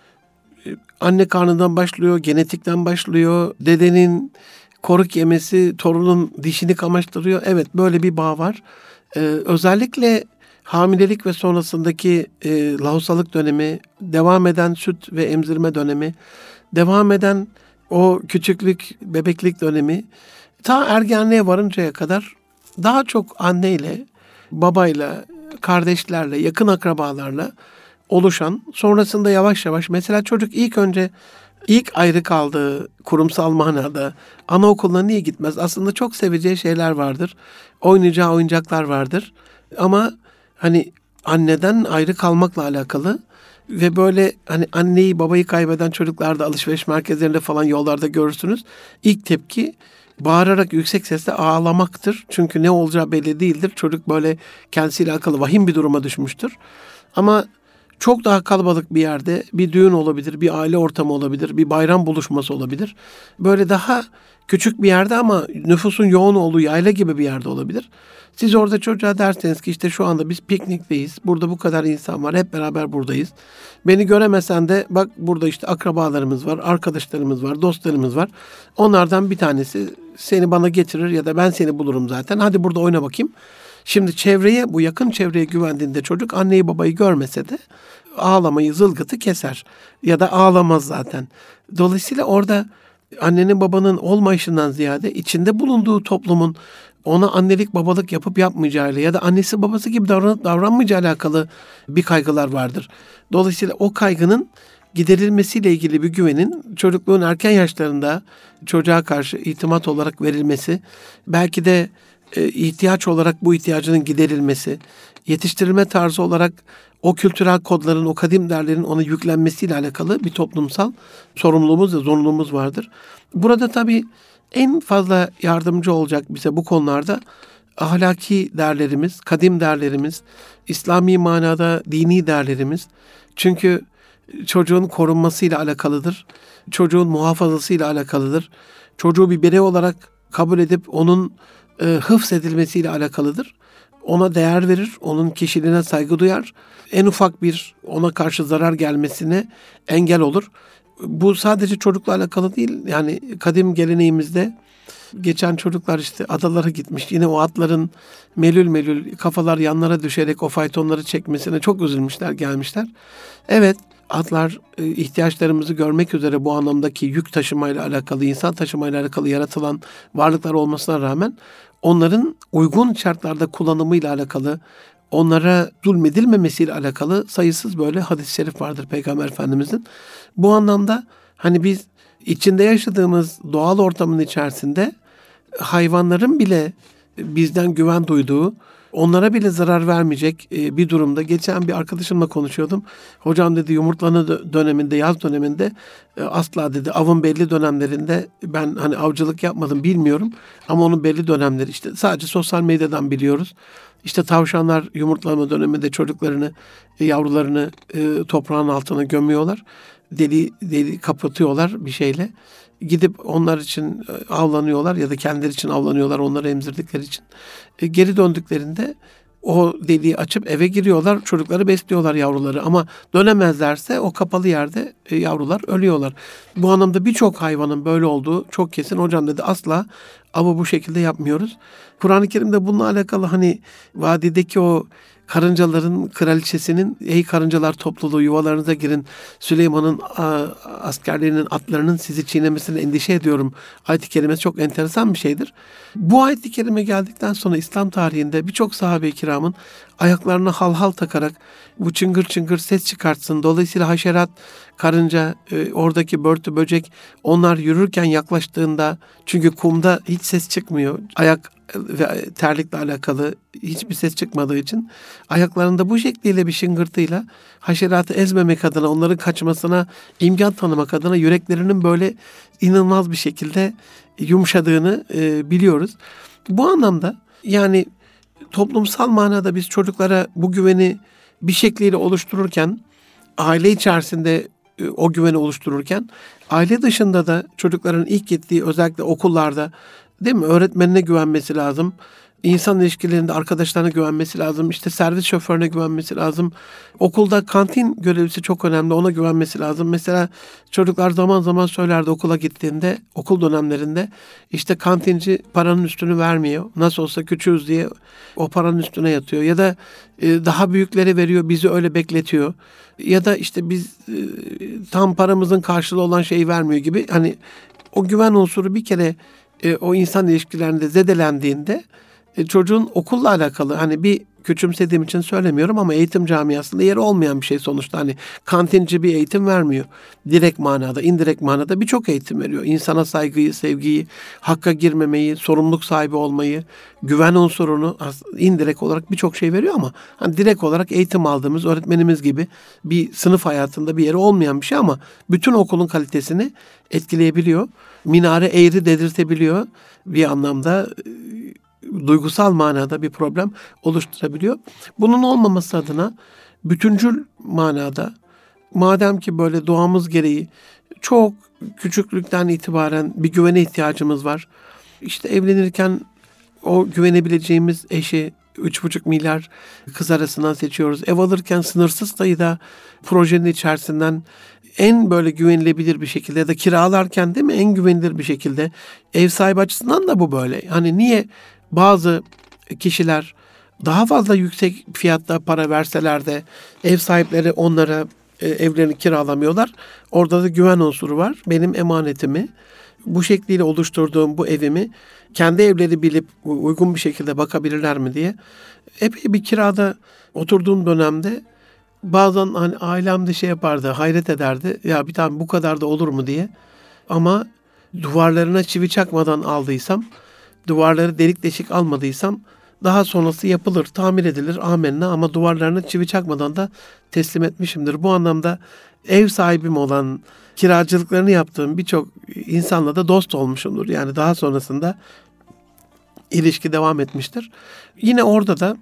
anne karnından başlıyor, genetikten başlıyor, dedenin koruk yemesi torunun dişini kamaştırıyor. Evet, böyle bir bağ var. Ee, özellikle hamilelik ve sonrasındaki e, lahusalık dönemi, devam eden süt ve emzirme dönemi, devam eden o küçüklük, bebeklik dönemi, ta ergenliğe varıncaya kadar daha çok anneyle, babayla, kardeşlerle, yakın akrabalarla oluşan, sonrasında yavaş yavaş, mesela çocuk ilk önce ilk ayrı kaldığı kurumsal manada anaokuluna niye gitmez? Aslında çok seveceği şeyler vardır. Oynayacağı oyuncaklar vardır. Ama hani anneden ayrı kalmakla alakalı ve böyle hani anneyi babayı kaybeden çocuklarda alışveriş merkezlerinde falan yollarda görürsünüz. İlk tepki bağırarak yüksek sesle ağlamaktır. Çünkü ne olacağı belli değildir. Çocuk böyle kendisiyle alakalı vahim bir duruma düşmüştür. Ama çok daha kalabalık bir yerde bir düğün olabilir, bir aile ortamı olabilir, bir bayram buluşması olabilir. Böyle daha küçük bir yerde ama nüfusun yoğun olduğu yayla gibi bir yerde olabilir. Siz orada çocuğa derseniz ki işte şu anda biz piknikteyiz, burada bu kadar insan var, hep beraber buradayız. Beni göremesen de bak burada işte akrabalarımız var, arkadaşlarımız var, dostlarımız var. Onlardan bir tanesi seni bana getirir ya da ben seni bulurum zaten. Hadi burada oyna bakayım. Şimdi çevreye, bu yakın çevreye güvendiğinde çocuk anneyi babayı görmese de ağlamayı, zılgıtı keser. Ya da ağlamaz zaten. Dolayısıyla orada annenin babanın olmayışından ziyade içinde bulunduğu toplumun ona annelik babalık yapıp yapmayacağıyla ya da annesi babası gibi davranıp davranmayacağı alakalı bir kaygılar vardır. Dolayısıyla o kaygının giderilmesiyle ilgili bir güvenin çocukluğun erken yaşlarında çocuğa karşı itimat olarak verilmesi, belki de e, ihtiyaç olarak bu ihtiyacının giderilmesi, yetiştirilme tarzı olarak o kültürel kodların, o kadim değerlerin ona yüklenmesiyle alakalı bir toplumsal sorumluluğumuz ve zorunluluğumuz vardır. Burada tabii en fazla yardımcı olacak bize bu konularda ahlaki değerlerimiz, kadim değerlerimiz, İslami manada dini değerlerimiz. Çünkü çocuğun korunmasıyla alakalıdır. Çocuğun muhafazasıyla alakalıdır. Çocuğu bir birey olarak kabul edip onun e, hıfzedilmesiyle alakalıdır. Ona değer verir, onun kişiliğine saygı duyar. En ufak bir ona karşı zarar gelmesine engel olur. Bu sadece çocukla alakalı değil. Yani kadim geleneğimizde geçen çocuklar işte adalara gitmiş. Yine o atların melül melül kafalar yanlara düşerek o faytonları çekmesine çok üzülmüşler, gelmişler. Evet, atlar ihtiyaçlarımızı görmek üzere bu anlamdaki yük taşımayla alakalı, insan taşımayla alakalı yaratılan varlıklar olmasına rağmen onların uygun şartlarda kullanımıyla alakalı, onlara zulmedilmemesiyle alakalı sayısız böyle hadis-i şerif vardır Peygamber Efendimizin. Bu anlamda hani biz içinde yaşadığımız doğal ortamın içerisinde hayvanların bile bizden güven duyduğu, onlara bile zarar vermeyecek bir durumda. Geçen bir arkadaşımla konuşuyordum. Hocam dedi, yumurtlama döneminde, yaz döneminde asla dedi avın belli dönemlerinde, ben hani avcılık yapmadım bilmiyorum ama onun belli dönemleri işte sadece sosyal medyadan biliyoruz. İşte tavşanlar yumurtlama döneminde çocuklarını, yavrularını toprağın altına gömüyorlar. Deli deli kapatıyorlar bir şeyle. Gidip onlar için avlanıyorlar ya da kendileri için avlanıyorlar, onları emzirdikleri için. E, geri döndüklerinde o deliği açıp eve giriyorlar, çocukları besliyorlar, yavruları. Ama dönemezlerse o kapalı yerde e, yavrular ölüyorlar. Bu anlamda birçok hayvanın böyle olduğu çok kesin. Hocam dedi, asla avı bu şekilde yapmıyoruz. Kur'an-ı Kerim'de bununla alakalı hani vadideki o karıncaların kraliçesinin, ey karıncalar topluluğu yuvalarınıza girin, Süleyman'ın a, askerlerinin atlarının sizi çiğnemesine endişe ediyorum ayet-i kerimesi çok enteresan bir şeydir. Bu ayet-i kerime geldikten sonra İslam tarihinde birçok sahabe-i kiramın ayaklarına halhal takarak bu çıngır çıngır ses çıkartsın. Dolayısıyla haşerat, karınca, e, oradaki börtü böcek onlar yürürken yaklaştığında, çünkü kumda hiç ses çıkmıyor. Ayak ve terlikle alakalı hiçbir ses çıkmadığı için ayaklarında bu şekliyle bir şıngırtıyla haşeratı ezmemek adına, onların kaçmasına imkan tanımak adına yüreklerinin böyle inanılmaz bir şekilde yumuşadığını e, biliyoruz. Bu anlamda yani toplumsal manada biz çocuklara bu güveni bir şekliyle oluştururken, aile içerisinde e, o güveni oluştururken, aile dışında da çocukların ilk gittiği özellikle okullarda, değil mi? Öğretmenine güvenmesi lazım. İnsan ilişkilerinde arkadaşlarına güvenmesi lazım. İşte servis şoförüne güvenmesi lazım. Okulda kantin görevlisi çok önemli. Ona güvenmesi lazım. Mesela çocuklar zaman zaman söylerdi okula gittiğinde, okul dönemlerinde işte kantinci paranın üstünü vermiyor. Nasıl olsa küçüğüz diye o paranın üstüne yatıyor. Ya da e, daha büyükleri veriyor, bizi öyle bekletiyor. Ya da işte biz e, tam paramızın karşılığı olan şeyi vermiyor gibi. Hani o güven unsuru bir kere e, o insan ilişkilerinde zedelendiğinde e, çocuğun okulla alakalı, hani bir küçümsediğim için söylemiyorum ama eğitim camiasında yeri olmayan bir şey sonuçta. Hani kantinci bir eğitim vermiyor. Direkt manada, indirekt manada birçok eğitim veriyor. İnsana saygıyı, sevgiyi, hakka girmemeyi, sorumluluk sahibi olmayı, güven unsurunu indirekt olarak birçok şey veriyor ama hani direkt olarak eğitim aldığımız öğretmenimiz gibi bir sınıf hayatında bir yeri olmayan bir şey ama bütün okulun kalitesini etkileyebiliyor. Minare eğri dedirtebiliyor. Bir anlamda duygusal manada bir problem oluşturabiliyor. Bunun olmaması adına bütüncül manada, madem ki böyle doğamız gereği çok küçüklükten itibaren bir güvene ihtiyacımız var. İşte evlenirken o güvenebileceğimiz eşi üç buçuk milyar kız arasından seçiyoruz. Ev alırken sınırsız sayıda projenin içerisinden en böyle güvenilebilir bir şekilde ya da kiralarken değil mi en güvenilir bir şekilde, ev sahibi açısından da bu böyle. Hani niye bazı kişiler daha fazla yüksek fiyatta para verseler de ev sahipleri onlara e, evlerini kiralamıyorlar? Orada da güven unsuru var. Benim emanetimi, bu şekliyle oluşturduğum bu evimi kendi evleri bilip uygun bir şekilde bakabilirler mi diye. Epey bir kirada oturduğum dönemde bazen hani ailem de şey yapardı, hayret ederdi. Ya bir tane bu kadar da olur mu diye. Ama duvarlarına çivi çakmadan aldıysam, duvarları delik deşik almadıysam daha sonrası yapılır, tamir edilir, amenna, ama duvarlarına çivi çakmadan da teslim etmişimdir. Bu anlamda ev sahibim olan, kiracılıklarını yaptığım birçok insanla da dost olmuşumdur. Yani daha sonrasında ilişki devam etmiştir. Yine orada da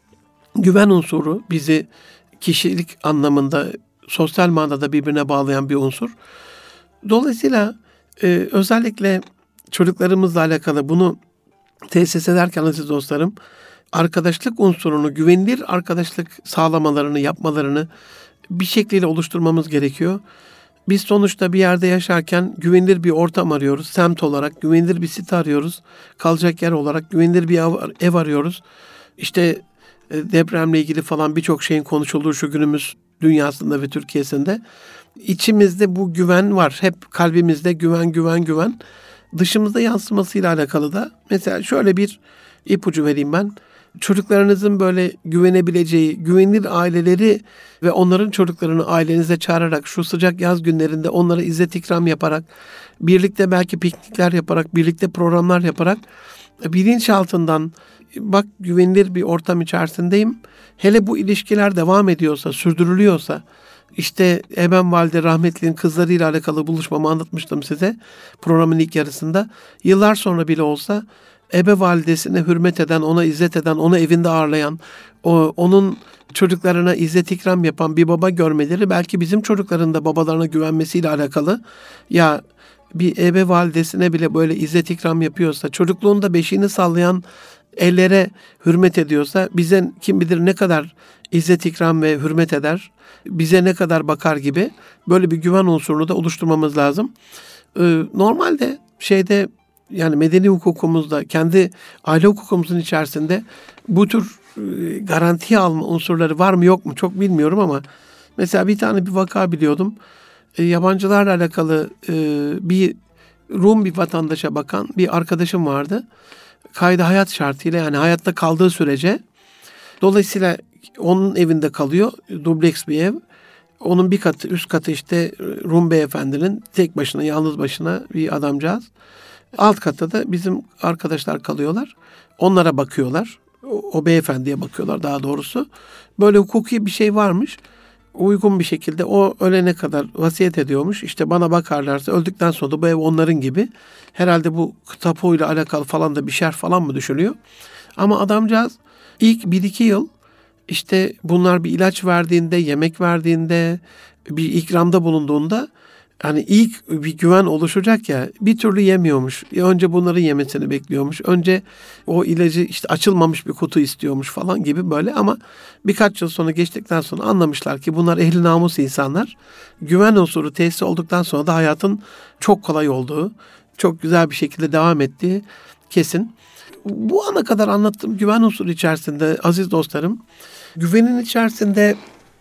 güven unsuru bizi kişilik anlamında, sosyal manada birbirine bağlayan bir unsur. Dolayısıyla e, özellikle çocuklarımızla alakalı bunu tesis ederken aziz dostlarım, arkadaşlık unsurunu, güvenilir arkadaşlık sağlamalarını, yapmalarını bir şekliyle oluşturmamız gerekiyor. Biz sonuçta bir yerde yaşarken güvenilir bir ortam arıyoruz. Semt olarak güvenilir bir site arıyoruz. Kalacak yer olarak güvenilir bir ev arıyoruz. İşte depremle ilgili falan birçok şeyin konuşulduğu şu günümüz dünyasında ve Türkiye'sinde içimizde bu güven var. Hep kalbimizde güven, güven, güven. Dışımızda yansımasıyla alakalı da mesela şöyle bir ipucu vereyim ben. Çocuklarınızın böyle güvenebileceği, güvenilir aileleri ve onların çocuklarını ailenize çağırarak, şu sıcak yaz günlerinde onlara izzet ikram yaparak, birlikte belki piknikler yaparak, birlikte programlar yaparak bilinçaltından bak güvenilir bir ortam içerisindeyim. Hele bu ilişkiler devam ediyorsa, sürdürülüyorsa, işte Ebem Valide rahmetli'nin kızlarıyla alakalı buluşmamı anlatmıştım size programın ilk yarısında. Yıllar sonra bile olsa ebe validesine hürmet eden, ona izzet eden, onu evinde ağırlayan, o, onun çocuklarına izzet ikram yapan bir baba görmeleri belki bizim çocukların da babalarına güvenmesiyle alakalı. Ya bir ebe validesine bile böyle izzet ikram yapıyorsa, çocukluğunda beşiğini sallayan ellere hürmet ediyorsa bize kim bilir ne kadar izzet ikram ve hürmet eder, bize ne kadar bakar gibi böyle bir güven unsurunu da oluşturmamız lazım. Ee, normalde şeyde yani medeni hukukumuzda, kendi aile hukukumuzun içerisinde bu tür e, garantiye alma unsurları var mı yok mu çok bilmiyorum ama mesela bir tane bir vaka biliyordum. E, yabancılarla alakalı e, bir Rum bir vatandaşa bakan bir arkadaşım vardı. Kaydı hayat şartıyla, yani hayatta kaldığı sürece, dolayısıyla onun evinde kalıyor. Dubleks bir ev. Onun bir katı, üst katı işte Rum beyefendinin tek başına, yalnız başına bir adamcağız. Alt katta da bizim arkadaşlar kalıyorlar. Onlara bakıyorlar. O, o beyefendiye bakıyorlar daha doğrusu. Böyle hukuki bir şey varmış. Uygun bir şekilde o ölene kadar vasiyet ediyormuş. İşte bana bakarlarsa öldükten sonra da bu ev onların gibi. Herhalde bu tapuyla alakalı falan da bir şer falan mı düşünüyor? Ama adamcağız ilk bir iki yıl işte bunlar bir ilaç verdiğinde, yemek verdiğinde, bir ikramda bulunduğunda hani ilk bir güven oluşacak ya, bir türlü yemiyormuş. Önce bunların yemesini bekliyormuş. Önce o ilacı işte açılmamış bir kutu istiyormuş falan gibi böyle, ama birkaç yıl sonra geçtikten sonra anlamışlar ki bunlar ehli namus insanlar. Güven unsuru tesis olduktan sonra da hayatın çok kolay olduğu, çok güzel bir şekilde devam ettiği kesin. Bu ana kadar anlattığım güven unsuru içerisinde aziz dostlarım, güvenin içerisinde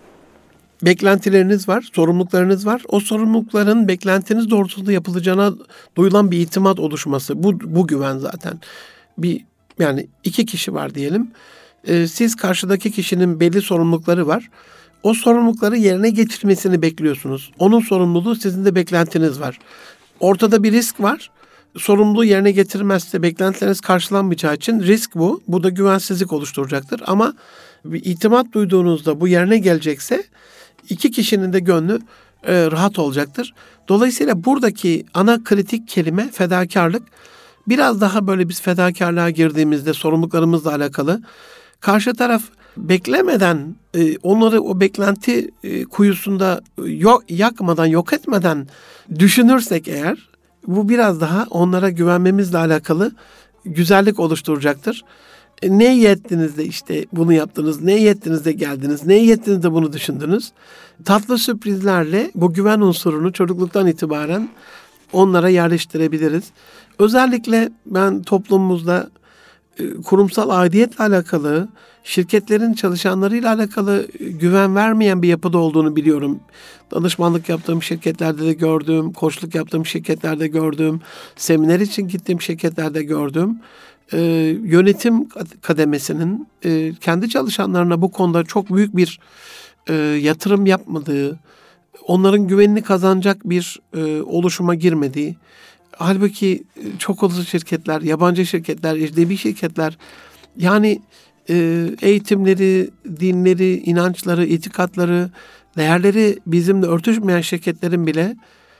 beklentileriniz var, sorumluluklarınız var. O sorumlulukların beklentiniz doğrultusunda yapılacağına duyulan bir itimat oluşması. Bu, bu güven zaten. Bir yani iki kişi var diyelim. Ee, siz karşıdaki kişinin belli sorumlulukları var. O sorumlulukları yerine getirmesini bekliyorsunuz. Onun sorumluluğu, sizin de beklentiniz var. Ortada bir risk var. Sorumluluğu yerine getirmezse beklentileriniz karşılanmayacağı için risk bu. Bu da güvensizlik oluşturacaktır. Ama bir itimat duyduğunuzda bu yerine gelecekse İki kişinin de gönlü e, rahat olacaktır. Dolayısıyla buradaki ana kritik kelime fedakarlık. Biraz daha böyle biz fedakarlığa girdiğimizde sorumluluklarımızla alakalı karşı taraf beklemeden e, onları o beklenti e, kuyusunda yok, yakmadan, yok etmeden düşünürsek eğer, bu biraz daha onlara güvenmemizle alakalı güzellik oluşturacaktır. E, ne iyi ettiniz de işte bunu yaptınız, ne iyi ettiniz de geldiniz, ne iyi ettiniz de bunu düşündünüz. Tatlı sürprizlerle bu güven unsurunu çocukluktan itibaren onlara yerleştirebiliriz. Özellikle ben toplumumuzda e, kurumsal aidiyetle alakalı, şirketlerin çalışanlarıyla alakalı e, güven vermeyen bir yapıda olduğunu biliyorum. Danışmanlık yaptığım şirketlerde de gördüm, koçluk yaptığım şirketlerde gördüm, seminer için gittiğim şirketlerde gördüm. Ee, yönetim kademesinin e, kendi çalışanlarına bu konuda çok büyük bir e, yatırım yapmadığı, onların güvenini kazanacak bir e, oluşuma girmediği, halbuki çok uluslu şirketler, yabancı şirketler, ecnebi şirketler, yani e, eğitimleri, dinleri, inançları, itikatları, değerleri bizimle örtüşmeyen şirketlerin bile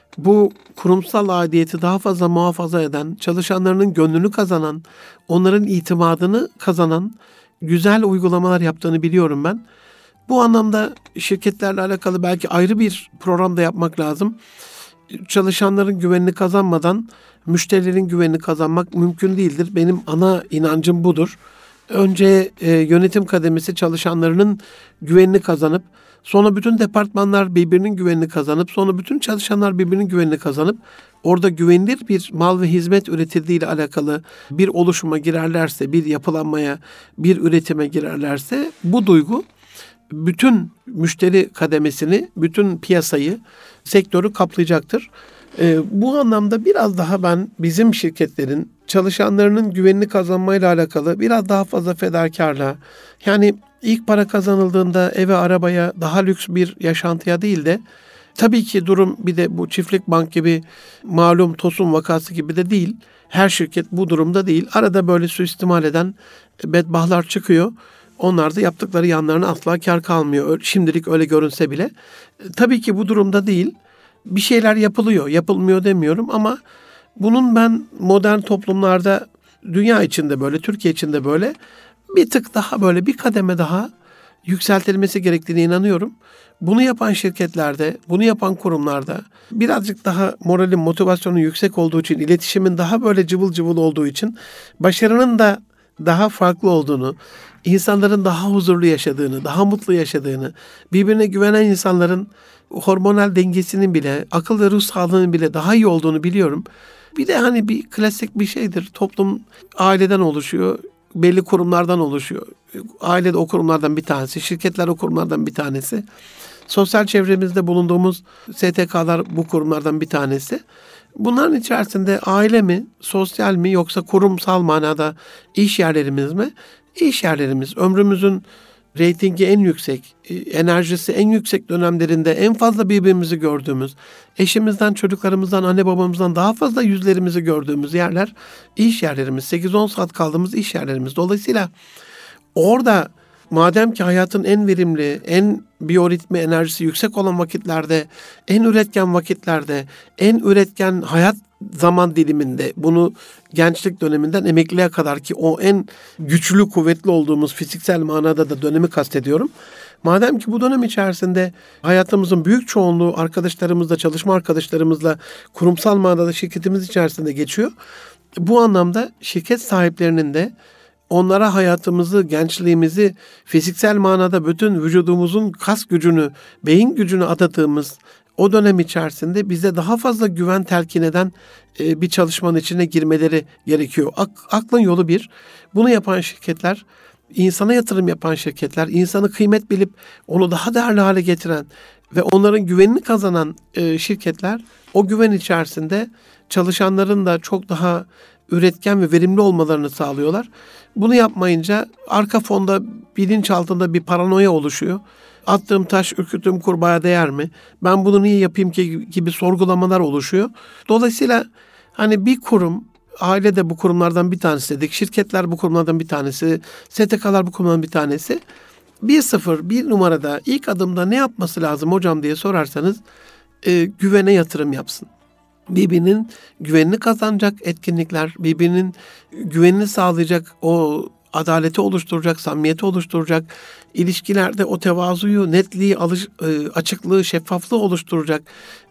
bu kurumsal aidiyeti daha fazla muhafaza eden, çalışanlarının gönlünü kazanan, onların itimadını kazanan güzel uygulamalar yaptığını biliyorum ben. Bu anlamda şirketlerle alakalı belki ayrı bir program da yapmak lazım. Çalışanların güvenini kazanmadan müşterilerin güvenini kazanmak mümkün değildir. Benim ana inancım budur. Önce e, yönetim kademesi çalışanlarının güvenini kazanıp, sonra bütün departmanlar birbirinin güvenini kazanıp, sonra bütün çalışanlar birbirinin güvenini kazanıp, orada güvenilir bir mal ve hizmet üretildiği ile alakalı bir oluşuma girerlerse, bir yapılanmaya, bir üretime girerlerse, bu duygu bütün müşteri kademesini, bütün piyasayı, sektörü kaplayacaktır. Ee, bu anlamda biraz daha ben bizim şirketlerin çalışanlarının güvenini kazanmayla alakalı biraz daha fazla fedakarlığa, yani ilk para kazanıldığında eve, arabaya, daha lüks bir yaşantıya değil de, tabii ki durum bir de bu çiftlik bank gibi malum Tosun vakası gibi de değil. Her şirket bu durumda değil. Arada böyle suistimal eden bedbahtlar çıkıyor. Onlar da yaptıkları yanlarına asla kar kalmıyor. Şimdilik öyle görünse bile. Tabii ki bu durumda değil. Bir şeyler yapılıyor. Yapılmıyor demiyorum ama bunun ben modern toplumlarda, dünya içinde böyle, Türkiye içinde böyle bir tık daha, böyle bir kademe daha yükseltilmesi gerektiğine inanıyorum. Bunu yapan şirketlerde, bunu yapan kurumlarda birazcık daha moralin, motivasyonun yüksek olduğu için, iletişimin daha böyle cıvıl cıvıl olduğu için, başarının da daha farklı olduğunu, insanların daha huzurlu yaşadığını, daha mutlu yaşadığını, birbirine güvenen insanların hormonal dengesinin bile, akıl ve ruh sağlığının bile daha iyi olduğunu biliyorum. Bir de hani bir klasik bir şeydir. Toplum aileden oluşuyor, belli kurumlardan oluşuyor. Aile de o kurumlardan bir tanesi, şirketler o kurumlardan bir tanesi. Sosyal çevremizde bulunduğumuz S T K'lar bu kurumlardan bir tanesi. Bunların içerisinde aile mi, sosyal mi, yoksa kurumsal manada iş yerlerimiz mi? İş yerlerimiz. Ömrümüzün reytingi en yüksek, enerjisi en yüksek dönemlerinde en fazla birbirimizi gördüğümüz, eşimizden, çocuklarımızdan, anne babamızdan daha fazla yüzlerimizi gördüğümüz yerler iş yerlerimiz. sekiz on saat kaldığımız iş yerlerimiz. Dolayısıyla orada madem ki hayatın en verimli, en biyoritmi enerjisi yüksek olan vakitlerde, en üretken vakitlerde, en üretken hayat zaman diliminde, bunu gençlik döneminden emekliliğe kadar ki o en güçlü, kuvvetli olduğumuz fiziksel manada da dönemi kastediyorum. Madem ki bu dönem içerisinde hayatımızın büyük çoğunluğu arkadaşlarımızla, çalışma arkadaşlarımızla, kurumsal manada şirketimiz içerisinde geçiyor. Bu anlamda şirket sahiplerinin de onlara hayatımızı, gençliğimizi, fiziksel manada bütün vücudumuzun kas gücünü, beyin gücünü adadığımız o dönem içerisinde bize daha fazla güven telkin eden e, bir çalışmanın içine girmeleri gerekiyor. Ak- aklın yolu bir. Bunu yapan şirketler, insana yatırım yapan şirketler, insanı kıymet bilip onu daha değerli hale getiren ve onların güvenini kazanan e, şirketler o güven içerisinde çalışanların da çok daha üretken ve verimli olmalarını sağlıyorlar. Bunu yapmayınca arka fonda bilinç altında bir paranoya oluşuyor. Attığım taş ürküttüğüm kurbağaya değer mi? Ben bunu niye yapayım ki gibi sorgulamalar oluşuyor. Dolayısıyla hani bir kurum, aile de bu kurumlardan bir tanesi dedik. Şirketler bu kurumlardan bir tanesi. S T K'lar bu kurumlardan bir tanesi. Bir sıfır, bir numarada ilk adımda ne yapması lazım hocam diye sorarsanız e, güvene yatırım yapsın. Birbirinin güvenini kazanacak etkinlikler, birbirinin güvenini sağlayacak, o adaleti oluşturacak, samimiyeti oluşturacak, ilişkilerde o tevazuyu, netliği, alış, açıklığı, şeffaflığı oluşturacak,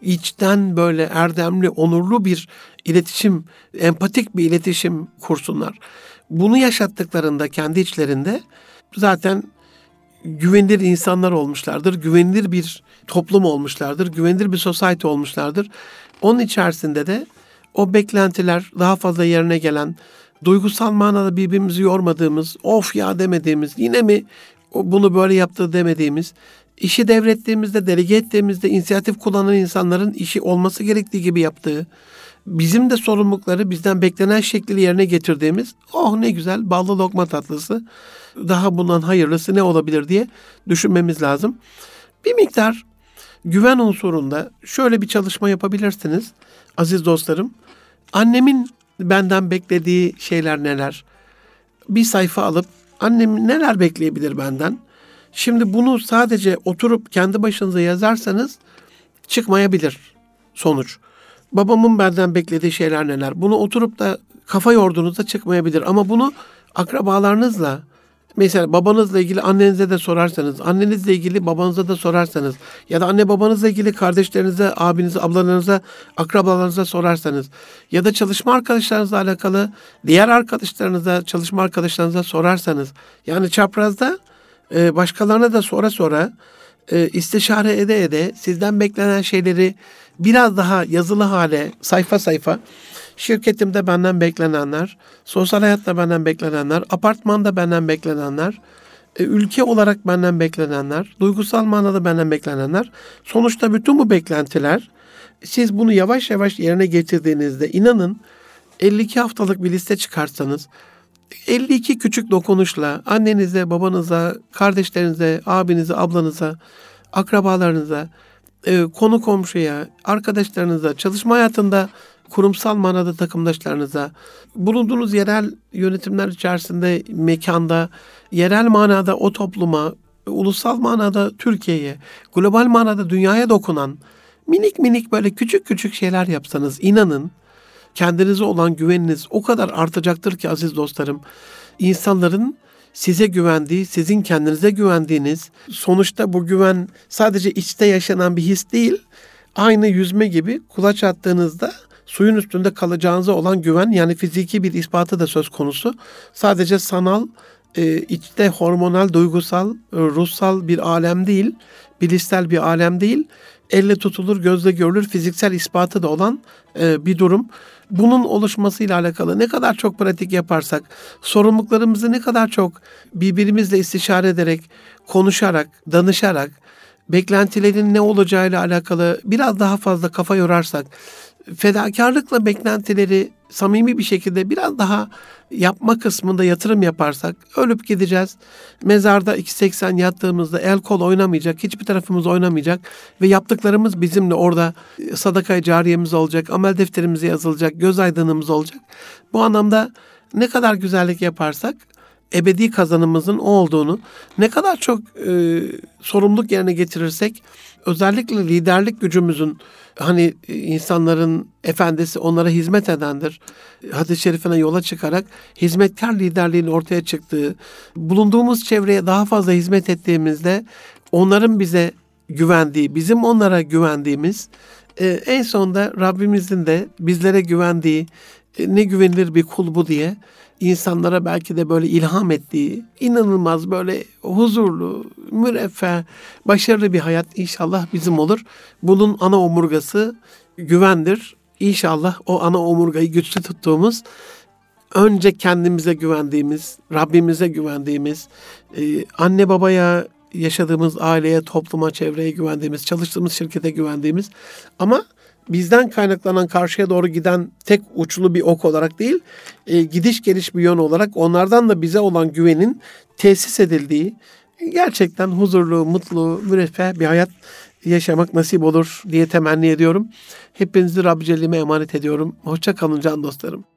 içten böyle erdemli, onurlu bir iletişim, empatik bir iletişim kursunlar. Bunu yaşattıklarında kendi içlerinde zaten güvenilir insanlar olmuşlardır, güvenilir bir toplum olmuşlardır, güvenilir bir society olmuşlardır. Onun içerisinde de o beklentiler daha fazla yerine gelen, duygusal manada birbirimizi yormadığımız, of ya demediğimiz, yine mi bunu böyle yaptı demediğimiz, işi devrettiğimizde, delege ettiğimizde inisiyatif kullanan insanların işi olması gerektiği gibi yaptığı, bizim de sorumlulukları bizden beklenen şekliyle yerine getirdiğimiz, oh ne güzel ballı lokma tatlısı, daha bundan hayırlısı ne olabilir diye düşünmemiz lazım. Bir miktar güven unsurunda şöyle bir çalışma yapabilirsiniz aziz dostlarım. Annemin benden beklediği şeyler neler? Bir sayfa alıp annem neler bekleyebilir benden? Şimdi bunu sadece oturup kendi başınıza yazarsanız çıkmayabilir sonuç. Babamın benden beklediği şeyler neler? Bunu oturup da kafa yorduğunuzda çıkmayabilir. Ama bunu akrabalarınızla, mesela babanızla ilgili annenize de sorarsanız, annenizle ilgili babanıza da sorarsanız ya da anne babanızla ilgili kardeşlerinize, abinize, ablalarınıza, akrabalarınıza sorarsanız ya da çalışma arkadaşlarınızla alakalı diğer arkadaşlarınıza, çalışma arkadaşlarınıza sorarsanız, yani çaprazda e, başkalarına da sonra sonra e, istişare ede ede sizden beklenen şeyleri biraz daha yazılı hale, sayfa sayfa, şirketimde benden beklenenler, sosyal hayatta benden beklenenler, apartmanda benden beklenenler, ülke olarak benden beklenenler, duygusal manada benden beklenenler. Sonuçta bütün bu beklentiler, siz bunu yavaş yavaş yerine getirdiğinizde inanın elli iki haftalık bir liste çıkarsanız, elli iki küçük dokunuşla annenize, babanıza, kardeşlerinize, abinize, ablanıza, akrabalarınıza, konu komşuya, arkadaşlarınıza, çalışma hayatında kurumsal manada takımdaşlarınıza, bulunduğunuz yerel yönetimler içerisinde, mekanda, yerel manada o topluma, ulusal manada Türkiye'ye, global manada dünyaya dokunan minik minik böyle küçük küçük şeyler yapsanız, inanın kendinize olan güveniniz o kadar artacaktır ki aziz dostlarım. İnsanların size güvendiği, sizin kendinize güvendiğiniz, sonuçta bu güven sadece içte yaşanan bir his değil, aynı yüzme gibi kulaç attığınızda suyun üstünde kalacağınıza olan güven, yani fiziki bir ispatı da söz konusu. Sadece sanal, e, içte hormonal, duygusal, e, ruhsal bir alem değil, bilişsel bir alem değil, elle tutulur, gözle görülür, fiziksel ispatı da olan e, bir durum. Bunun oluşmasıyla alakalı ne kadar çok pratik yaparsak, sorumluluklarımızı ne kadar çok birbirimizle istişare ederek, konuşarak, danışarak, beklentilerin ne olacağıyla alakalı biraz daha fazla kafa yorarsak, fedakarlıkla beklentileri samimi bir şekilde biraz daha yapma kısmında yatırım yaparsak, ölüp gideceğiz. Mezarda iki seksen yattığımızda el kol oynamayacak, hiçbir tarafımız oynamayacak ve yaptıklarımız bizimle orada sadaka-i cariyemiz olacak, amel defterimize yazılacak, göz aydınımız olacak. Bu anlamda ne kadar güzellik yaparsak ebedi kazanımızın o olduğunu, ne kadar çok e, sorumluluk yerine getirirsek, özellikle liderlik gücümüzün, hani insanların efendisi onlara hizmet edendir, hadis-i şerifine yola çıkarak hizmetkar liderliğin ortaya çıktığı, bulunduğumuz çevreye daha fazla hizmet ettiğimizde onların bize güvendiği, bizim onlara güvendiğimiz, e, en sonunda Rabbimizin de bizlere güvendiği, e, ne güvenilir bir kul bu diye insanlara belki de böyle ilham ettiği, inanılmaz böyle huzurlu, müreffeh, başarılı bir hayat inşallah bizim olur. Bunun ana omurgası güvendir. İnşallah o ana omurgayı güçlü tuttuğumuz, önce kendimize güvendiğimiz, Rabbimize güvendiğimiz, e, anne babaya, yaşadığımız aileye, topluma, çevreye güvendiğimiz, çalıştığımız şirkete güvendiğimiz, ama bizden kaynaklanan karşıya doğru giden tek uçlu bir ok olarak değil, e, gidiş geliş bir yön olarak onlardan da bize olan güvenin tesis edildiği, gerçekten huzurlu, mutlu, müreffeh bir hayat yaşamak nasip olur diye temenni ediyorum. Hepinizi Rabbi Celle'ime emanet ediyorum. Hoşça kalın can dostlarım.